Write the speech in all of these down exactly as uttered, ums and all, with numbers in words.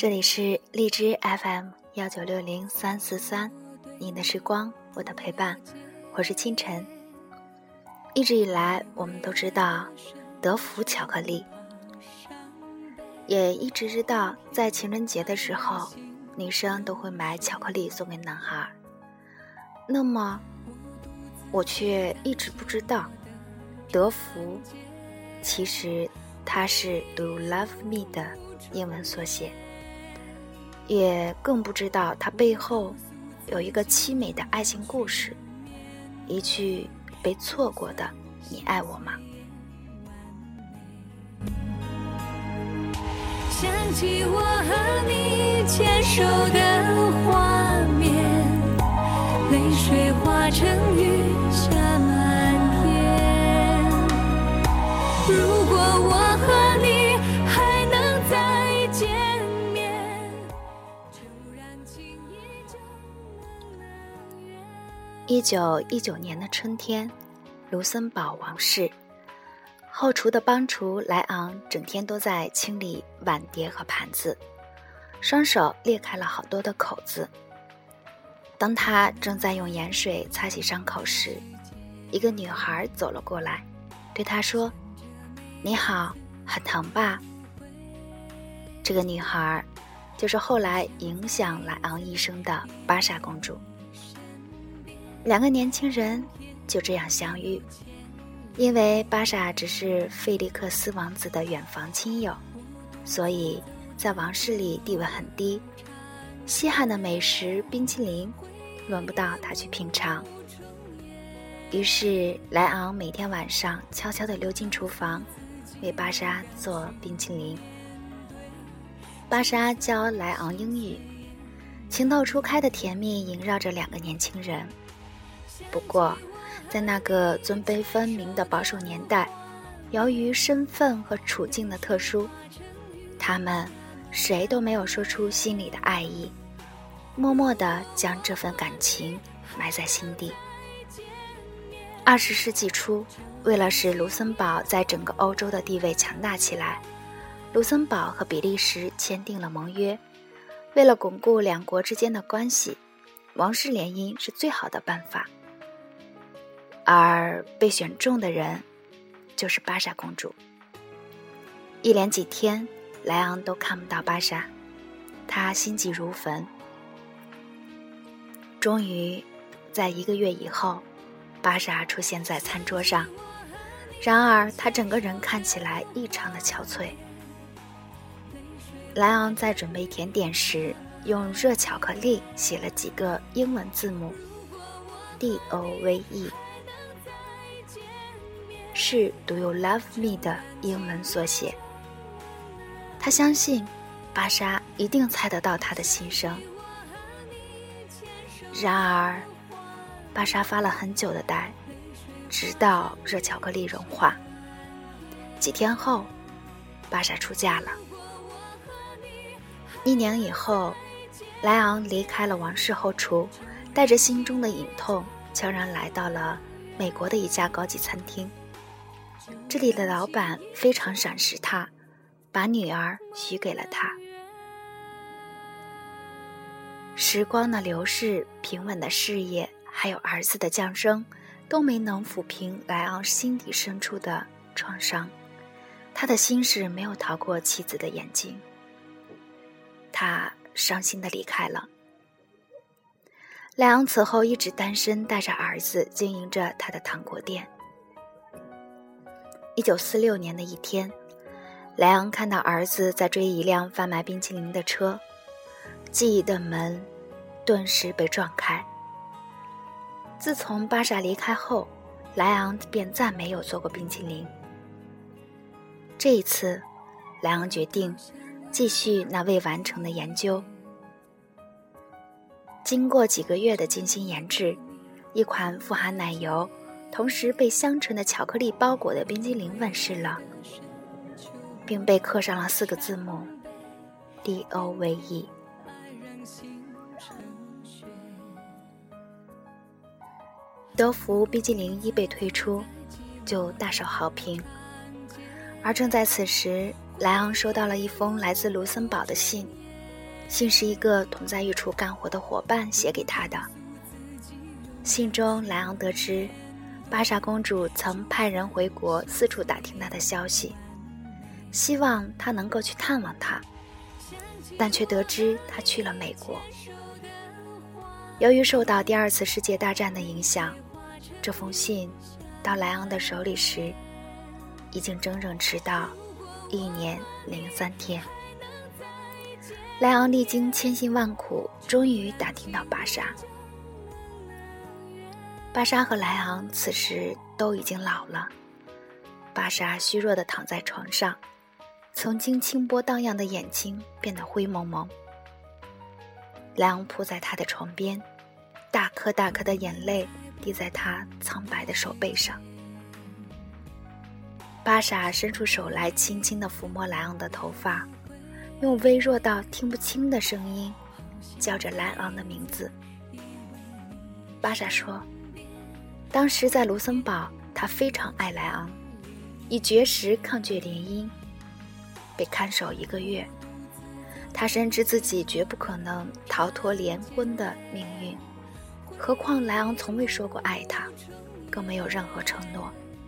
这里是荔枝 F M 一九六零三四三，你的时光，我的陪伴，我是清晨。一直以来，我们都知道德芙巧克力，也一直知道在情人节的时候，女生都会买巧克力送给男孩。那么，我却一直不知道，德芙其实它是 Do you love me 的英文缩写，也更不知道它背后有一个凄美的爱情故事，一句被错过的你爱我吗？ 想起我和你牵手的画面，泪水化成雨下满天。如果我和你还能再见面，就让情谊就能圆。 一九一九年的春天，卢森堡王室，后厨的帮厨莱昂整天都在清理碗碟和盘子，双手裂开了好多的口子。当他正在用盐水擦洗伤口时，一个女孩走了过来，对他说：“你好，很疼吧？”这个女孩就是后来影响莱昂一生的芭莎公主。两个年轻人就这样相遇，因为芭莎只是菲利克斯王子的远房亲友，所以在王室里地位很低，稀罕的美食冰淇淋轮不到他去品尝。于是莱昂每天晚上悄悄地溜进厨房，为芭莎做冰淇淋。芭莎教莱昂英语，情窦初开的甜蜜萦绕着两个年轻人。不过在那个尊卑分明的保守年代，由于身份和处境的特殊，他们谁都没有说出心里的爱意，默默地将这份感情埋在心底。二十世纪初，为了使卢森堡在整个欧洲的地位强大起来，卢森堡和比利时签订了盟约。为了巩固两国之间的关系，王室联姻是最好的办法。而被选中的人就是芭莎公主。一连几天，莱昂都看不到芭莎，他心急如焚。终于在一个月以后，芭莎出现在餐桌上，然而她整个人看起来异常的憔悴。莱昂在准备甜点时，用热巧克力写了几个英文字母 D O V E， 是 Do you love me 的英文缩写。他相信芭莎一定猜得到他的心声。然而芭莎发了很久的呆，直到热巧克力融化。几天后，芭莎出嫁了。一年以后，莱昂离开了王室后厨，带着心中的隐痛，悄然来到了美国的一家高级餐厅。这里的老板非常赏识他，把女儿许给了他。时光的流逝，平稳的事业，还有儿子的降生，都没能抚平莱昂心底深处的创伤。他的心事没有逃过妻子的眼睛，他伤心地离开了。莱昂此后一直单身，带着儿子经营着他的糖果店。一九四六年的一天，莱昂看到儿子在追一辆贩卖冰淇淋的车，记忆的门顿时被撞开。自从芭莎离开后，莱昂便再没有做过冰淇淋。这一次，莱昂决定继续那未完成的研究。经过几个月的精心研制，一款富含奶油同时被香醇的巧克力包裹的冰激凌问世了，并被刻上了四个字母 D O V E。 德芙冰激凌一被推出就大受好评。而正在此时，莱昂收到了一封来自卢森堡的信， 信是一个同在一处干活的伙伴写给他的。信中莱昂得知巴莎公主曾派人回国四处打听他的消息，希望他能够去探望他，但却得知他去了美国。由于受到第二次世界大战的影响，这封信到莱昂的手里时已经整整迟到一年零三天。莱昂历经千辛万苦，终于打听到巴莎。巴莎和莱昂此时都已经老了，巴莎虚弱地躺在床上，曾经清波荡漾的眼睛变得灰蒙蒙。莱昂扑在他的床边，大颗大颗的眼泪滴在他苍白的手背上。巴莎伸出手来，轻轻地抚摸莱昂的头发，用微弱到听不清的声音叫着莱昂的名字。巴莎说，当时在卢森堡，他非常爱莱昂，以绝食抗拒联姻，被看守一个月。他深知自己绝不可能逃脱联婚的命运，何况莱昂从未说过爱他，更没有任何承诺。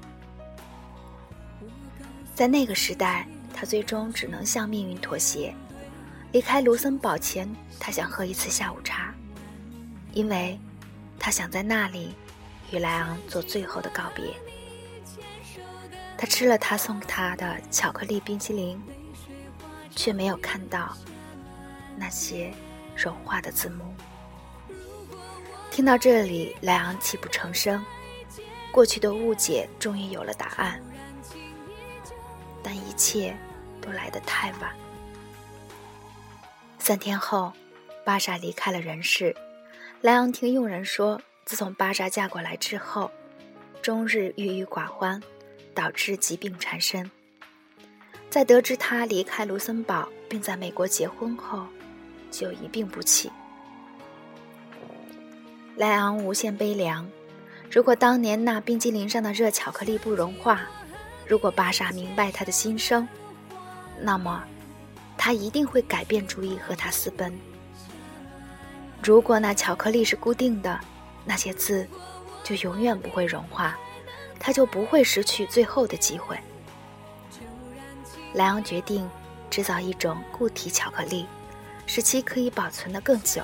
在那个时代，他最终只能向命运妥协。离开卢森堡前，他想喝一次下午茶，因为他想在那里与莱昂做最后的告别。他吃了他送他的巧克力冰淇淋，却没有看到那些融化的字幕。听到这里，莱昂泣不成声，过去的误解终于有了答案，但一切都来得太晚。三天后，巴莎离开了人世。莱昂听佣人说，自从巴莎嫁过来之后，终日郁郁寡欢，导致疾病缠身。在得知他离开卢森堡并在美国结婚后，就一病不起。莱昂无限悲凉，如果当年那冰激凌上的热巧克力不融化，如果巴莎明白他的心声，那么他一定会改变主意和他私奔。如果那巧克力是固定的，那些字就永远不会融化，他就不会失去最后的机会。莱昂决定制造一种固体巧克力，使其可以保存得更久。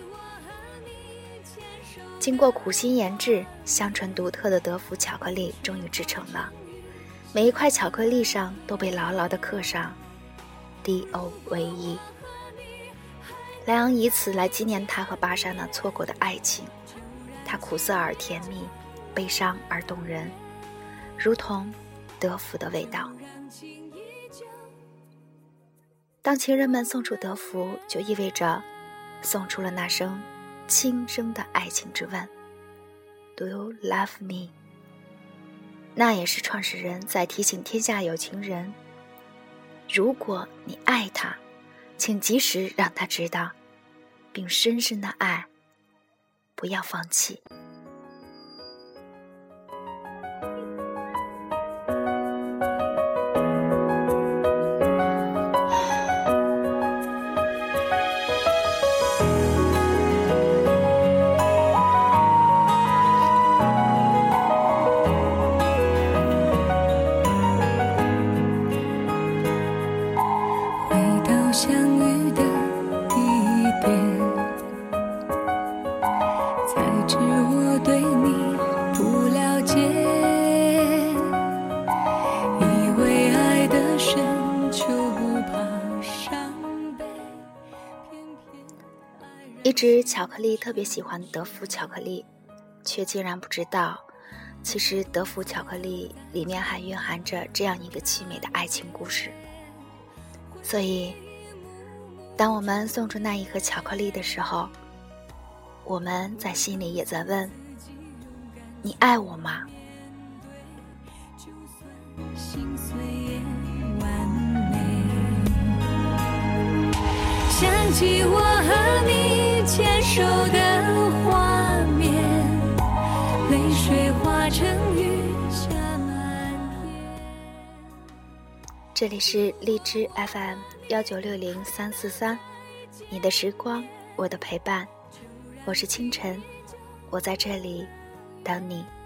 经过苦心研制，香醇独特的德芙巧克力终于制成了。每一块巧克力上都被牢牢地刻上 D O V E。 莱昂以此来纪念他和巴莎那错过的爱情，它苦涩而甜蜜，悲伤而动人，如同德芙的味道。当情人们送出德芙，就意味着送出了那声轻声的爱情之问 Do you love me？ 那也是创始人在提醒天下有情人，如果你爱他，请及时让他知道，并深深的爱，不要放弃。 相遇的地点，才知我对你不了解，以为爱的深就不怕伤悲。 一直巧克力特别喜欢德芙巧克力，却竟然不知道，其实德芙巧克力里面还蕴含着这样一个凄美的爱情故事。所以当我们送出那一盒巧克力的时候，我们在心里也在问，你爱我吗？ 心碎也完美，想起我和你牵手的画面，泪水化成雨下满天。 这里是荔枝 F M 一九六零三四三， 你的时光，我的陪伴。我是清晨，我在这里等你。